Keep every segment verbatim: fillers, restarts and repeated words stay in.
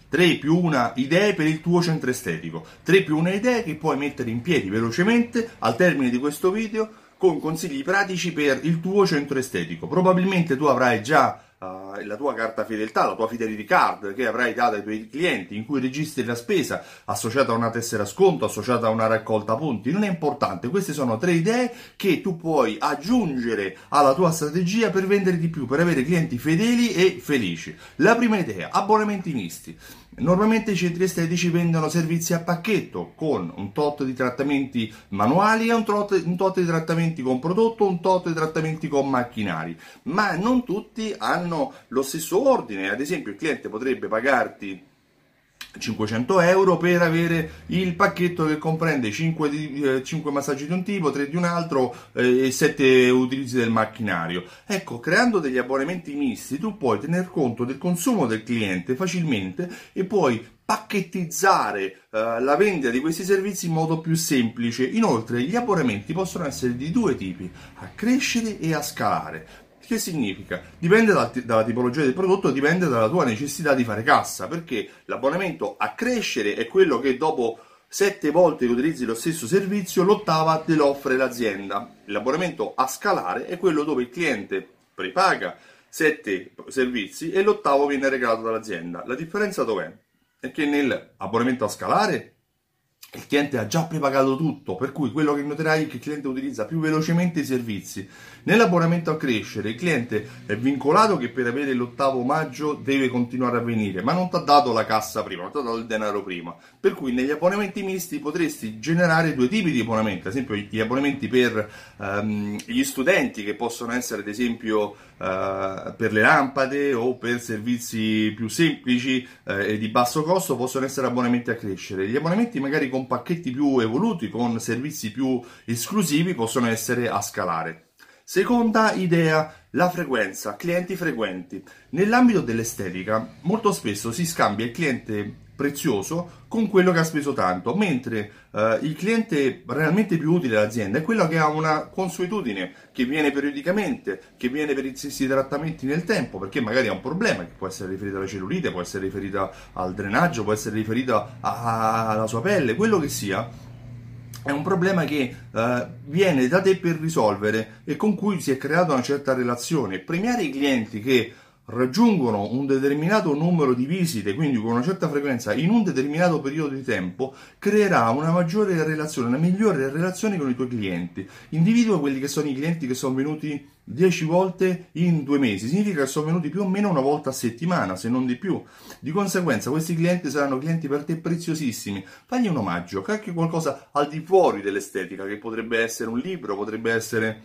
tre più una idee per il tuo centro estetico, tre più una idee che puoi mettere in piedi velocemente al termine di questo video con consigli pratici per il tuo centro estetico. Probabilmente tu avrai già uh, la tua carta fedeltà, la tua fidelity card che avrai dato ai tuoi clienti, in cui registri la spesa associata a una tessera sconto, associata a una raccolta punti. Non è importante, queste sono tre idee che tu puoi aggiungere alla tua strategia per vendere di più, per avere clienti fedeli e felici. La prima idea: abbonamenti misti. Normalmente i centri estetici vendono servizi a pacchetto con un tot di trattamenti manuali e un tot, un tot di trattamenti con prodotto, un tot di trattamenti con macchinari, ma non tutti hanno lo stesso ordine. Ad esempio, il cliente potrebbe pagarti cinquecento euro per avere il pacchetto che comprende cinque, di, eh, cinque massaggi di un tipo, tre di un altro eh, e sette utilizzi del macchinario. Ecco, creando degli abbonamenti misti tu puoi tener conto del consumo del cliente facilmente e puoi pacchettizzare eh, la vendita di questi servizi in modo più semplice. Inoltre gli abbonamenti possono essere di due tipi: a crescere e a scalare. Che significa? Dipende dal, dalla tipologia del prodotto, dipende dalla tua necessità di fare cassa, perché l'abbonamento a crescere è quello che dopo sette volte che utilizzi lo stesso servizio, l'ottava te lo offre l'azienda. L'abbonamento a scalare è quello dove il cliente prepaga sette servizi e l'ottavo viene regalato dall'azienda. La differenza dov'è? È che nell'abbonamento a scalare il cliente ha già prepagato tutto, per cui quello che noterai è che il cliente utilizza più velocemente i servizi. Nell'abbonamento a crescere il cliente è vincolato che per avere l'ottavo omaggio deve continuare a venire, ma non ti ha dato la cassa prima, non ti ha dato il denaro prima. Per cui negli abbonamenti misti potresti generare due tipi di abbonamenti: ad esempio gli abbonamenti per um, gli studenti, che possono essere ad esempio uh, per le lampade o per servizi più semplici uh, e di basso costo, possono essere abbonamenti a crescere. Gli abbonamenti magari con pacchetti più evoluti, con servizi più esclusivi, possono essere a scalare. Seconda idea: la frequenza, clienti frequenti. Nell'ambito dell'estetica molto spesso si scambia il cliente prezioso con quello che ha speso tanto, mentre eh, il cliente realmente più utile all'azienda è quello che ha una consuetudine, che viene periodicamente, che viene per i stessi trattamenti nel tempo, perché magari ha un problema che può essere riferito alla cellulite, può essere riferito al drenaggio, può essere riferito alla sua pelle, quello che sia. È un problema che uh, viene da te per risolvere e con cui si è creata una certa relazione. Premiare i clienti che raggiungono un determinato numero di visite, quindi con una certa frequenza in un determinato periodo di tempo, creerà una maggiore relazione, una migliore relazione con i tuoi clienti. Individua quelli che sono i clienti che sono venuti dieci volte in due mesi, significa che sono venuti più o meno una volta a settimana, se non di più. Di conseguenza questi clienti saranno clienti per te preziosissimi. Fagli un omaggio, calchi qualcosa al di fuori dell'estetica, che potrebbe essere un libro, potrebbe essere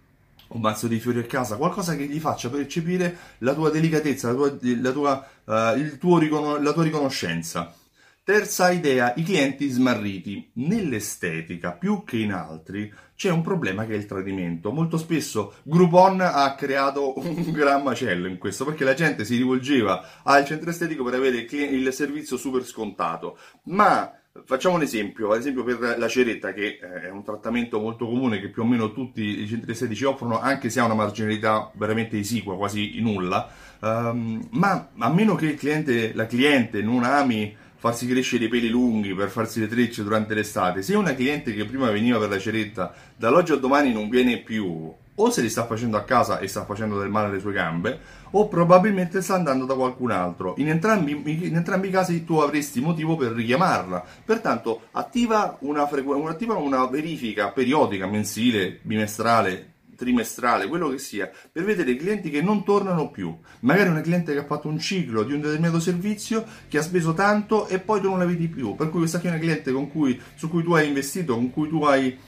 un mazzo di fiori a casa, qualcosa che gli faccia percepire la tua delicatezza, la tua, la tua, uh, il tuo riconos- la tua riconoscenza. Terza idea: i clienti smarriti. Nell'estetica, più che in altri, c'è un problema che è il tradimento. Molto spesso Groupon ha creato un gran macello in questo, perché la gente si rivolgeva al centro estetico per avere il, cli- il servizio super scontato, ma facciamo un esempio, ad esempio per la ceretta, che è un trattamento molto comune che più o meno tutti i centri estetici offrono, anche se ha una marginalità veramente esigua, quasi nulla, um, ma a meno che il cliente, la cliente non ami farsi crescere i peli lunghi per farsi le trecce durante l'estate, se una cliente che prima veniva per la ceretta dall'oggi al domani non viene più, o se li sta facendo a casa e sta facendo del male alle sue gambe, o probabilmente sta andando da qualcun altro. In entrambi, in entrambi i casi tu avresti motivo per richiamarla. Pertanto attiva una, frequ- attiva una verifica periodica, mensile, bimestrale, trimestrale, quello che sia, per vedere i clienti che non tornano più. Magari una cliente che ha fatto un ciclo di un determinato servizio, che ha speso tanto e poi tu non la vedi più. Per cui questa qui è una cliente con cui, su cui tu hai investito, con cui tu hai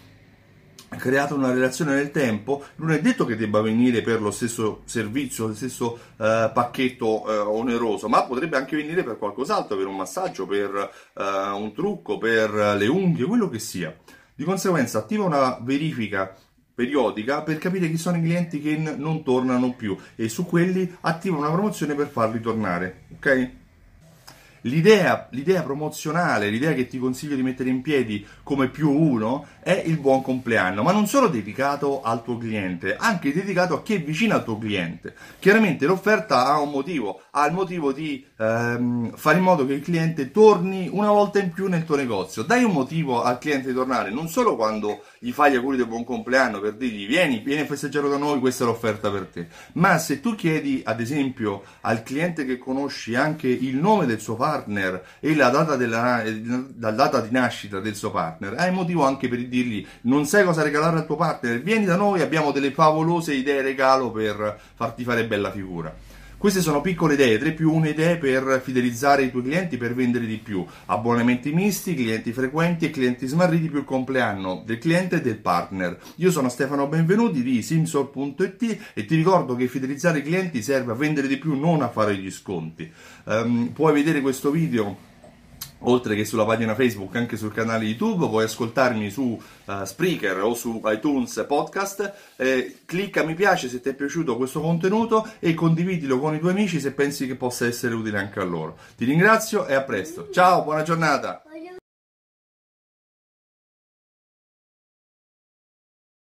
creato una relazione nel tempo. Non è detto che debba venire per lo stesso servizio, lo stesso eh, pacchetto eh, oneroso, ma potrebbe anche venire per qualcos'altro, per un massaggio, per eh, un trucco, per le unghie, quello che sia. Di conseguenza attiva una verifica periodica per capire chi sono i clienti che n- non tornano più, e su quelli attiva una promozione per farli tornare, ok? L'idea, l'idea promozionale, l'idea che ti consiglio di mettere in piedi come più uno è il buon compleanno, ma non solo dedicato al tuo cliente, anche dedicato a chi è vicino al tuo cliente. Chiaramente l'offerta ha un motivo, ha il motivo di ehm, fare in modo che il cliente torni una volta in più nel tuo negozio. Dai un motivo al cliente di tornare, non solo quando gli fai gli auguri del buon compleanno per dirgli vieni, vieni a festeggiare da noi, questa è l'offerta per te, ma se tu chiedi ad esempio al cliente che conosci anche il nome del suo partner e la data, della, la data di nascita del suo partner, hai motivo anche per dirgli non sai cosa regalare al tuo partner, vieni da noi, abbiamo delle favolose idee regalo per farti fare bella figura. Queste sono piccole idee, tre più uno idee per fidelizzare i tuoi clienti, per vendere di più. Abbonamenti misti, clienti frequenti e clienti smarriti più il compleanno del cliente e del partner. Io sono Stefano Benvenuti di Simsol punto it e ti ricordo che fidelizzare i clienti serve a vendere di più, non a fare gli sconti. Um, puoi vedere questo video oltre che sulla pagina Facebook, anche sul canale YouTube, puoi ascoltarmi su uh, Spreaker o su iTunes Podcast, eh, clicca mi piace se ti è piaciuto questo contenuto e condividilo con i tuoi amici se pensi che possa essere utile anche a loro. Ti ringrazio e a presto, ciao, buona giornata!